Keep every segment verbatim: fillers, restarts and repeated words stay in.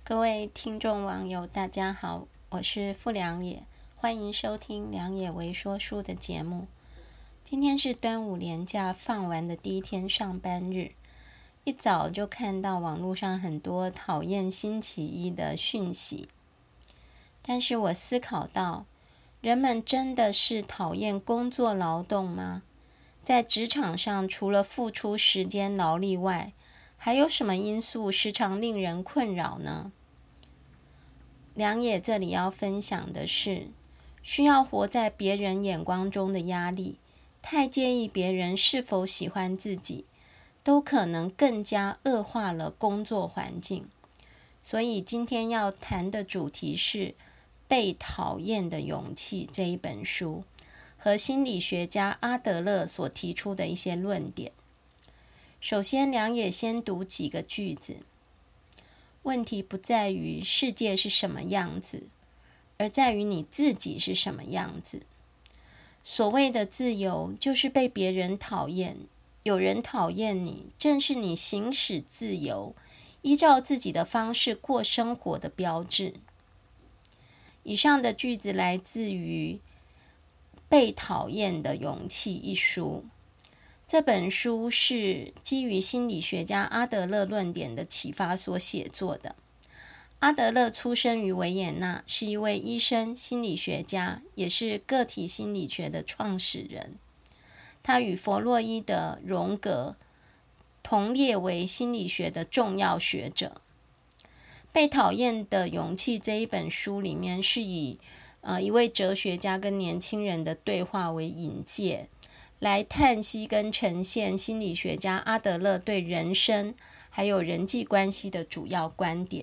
各位听众网友大家好，我是傅良也，欢迎收听良也微说书的节目。今天是端午连假放完的第一天上班日，一早就看到网络上很多讨厌星期一的讯息，但是我思考到，人们真的是讨厌工作劳动吗？在职场上，除了付出时间劳力外，还有什么因素时常令人困扰呢？良也这里要分享的是，需要活在别人眼光中的压力，太介意别人是否喜欢自己，都可能更加恶化了工作环境。所以今天要谈的主题是《被讨厌的勇气》这一本书，和心理学家阿德勒所提出的一些论点。首先，良也先读几个句子。问题不在于世界是什么样子，而在于你自己是什么样子。所谓的自由，就是被别人讨厌。有人讨厌你，正是你行使自由，依照自己的方式过生活的标志。以上的句子来自于《被讨厌的勇气》一书。这本书是基于心理学家阿德勒论点的启发所写作的。阿德勒出生于维也纳，是一位医生、心理学家，也是个体心理学的创始人。他与弗洛伊德、荣格同列为心理学的重要学者。被讨厌的勇气这一本书里面是以呃一位哲学家跟年轻人的对话为引介，来探析跟呈现心理学家阿德勒对人生还有人际关系的主要观点。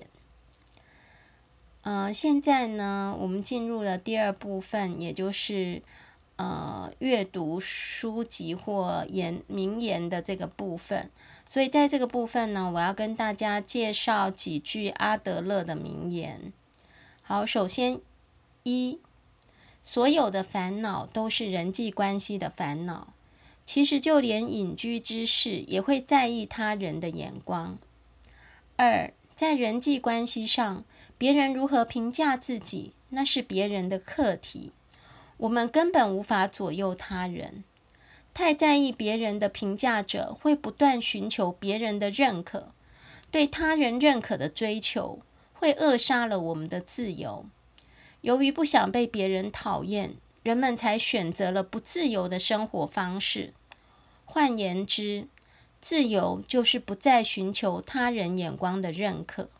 呃，现在呢，我们进入了第二部分，也就是呃阅读书籍或言名言的这个部分。所以在这个部分呢，我要跟大家介绍几句阿德勒的名言。好，首先一。所有的烦恼都是人际关系的烦恼，其实就连隐居之士也会在意他人的眼光。二，在人际关系上，别人如何评价自己，那是别人的课题，我们根本无法左右他人。太在意别人的评价者，会不断寻求别人的认可，对他人认可的追求，会扼杀了我们的自由。由于不想被别人讨厌，人们才选择了不自由的生活方式。换言之，自由就是不再寻求他人眼光的认可。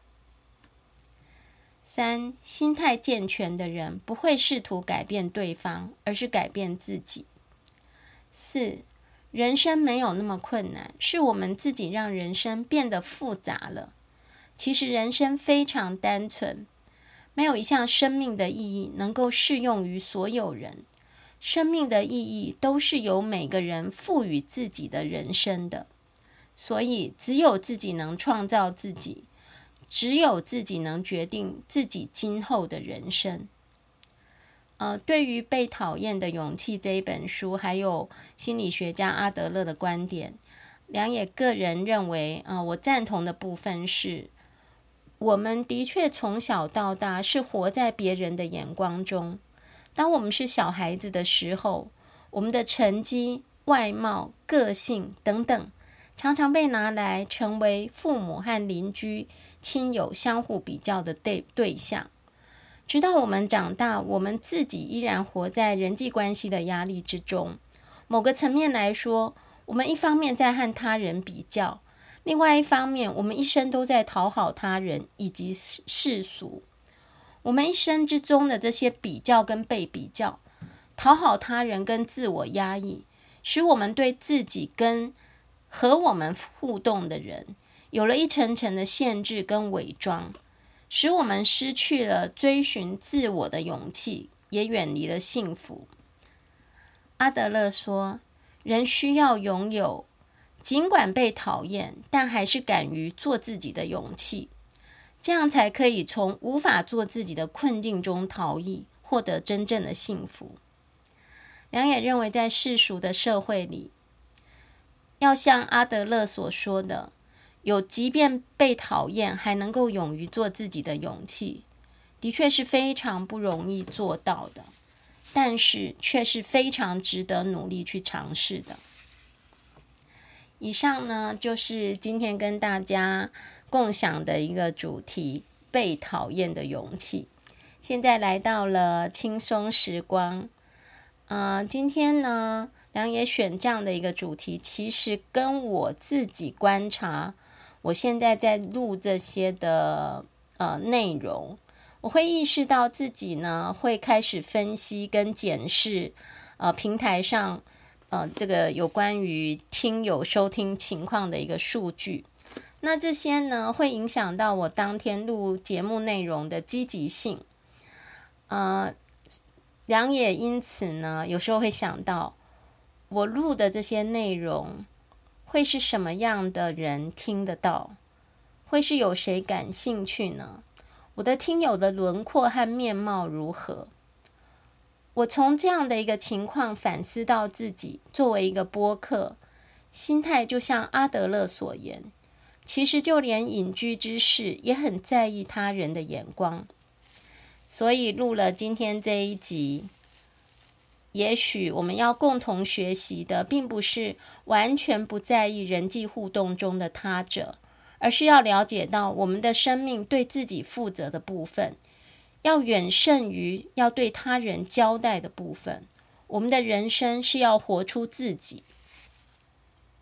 三，心态健全的人不会试图改变对方，而是改变自己。四，人生没有那么困难，是我们自己让人生变得复杂了。其实人生非常单纯。没有一项生命的意义能够适用于所有人，生命的意义都是由每个人赋予自己的人生的，所以只有自己能创造自己，只有自己能决定自己今后的人生。呃，对于《被讨厌的勇气》这一本书，还有心理学家阿德勒的观点，良也个人认为，呃，我赞同的部分是，我们的确从小到大是活在别人的眼光中。当我们是小孩子的时候，我们的成绩、外貌、个性等等，常常被拿来成为父母和邻居、亲友相互比较的对对象。直到我们长大，我们自己依然活在人际关系的压力之中。某个层面来说，我们一方面在和他人比较，另外一方面，我们一生都在讨好他人以及世俗。我们一生之中的这些比较跟被比较，讨好他人跟自我压抑，使我们对自己跟和我们互动的人有了一层层的限制跟伪装，使我们失去了追寻自我的勇气，也远离了幸福。阿德勒说，人需要拥有尽管被讨厌，但还是敢于做自己的勇气，这样才可以从无法做自己的困境中逃逸，获得真正的幸福。良也认为，在世俗的社会里，要像阿德勒所说的， 有即便被讨厌还能够勇于做自己的勇气，的确是非常不容易做到的，但是却是非常值得努力去尝试的。以上呢，就是今天跟大家共享的一个主题，被讨厌的勇气。现在来到了轻松时光，呃，今天呢，良也选这样的一个主题，其实跟我自己观察，我现在在录这些的呃内容，我会意识到自己呢，会开始分析跟检视呃平台上呃，这个有关于听友收听情况的一个数据，那这些呢会影响到我当天录节目内容的积极性。呃，良也因此呢，有时候会想到，我录的这些内容会是什么样的人听得到？会是有谁感兴趣呢？我的听友的轮廓和面貌如何？我从这样的一个情况反思到自己作为一个播客，心态就像阿德勒所言，其实就连隐居之士也很在意他人的眼光。所以录了今天这一集，也许我们要共同学习的并不是完全不在意人际互动中的他者，而是要了解到我们的生命对自己负责的部分要远胜于要对他人交代的部分。我们的人生是要活出自己，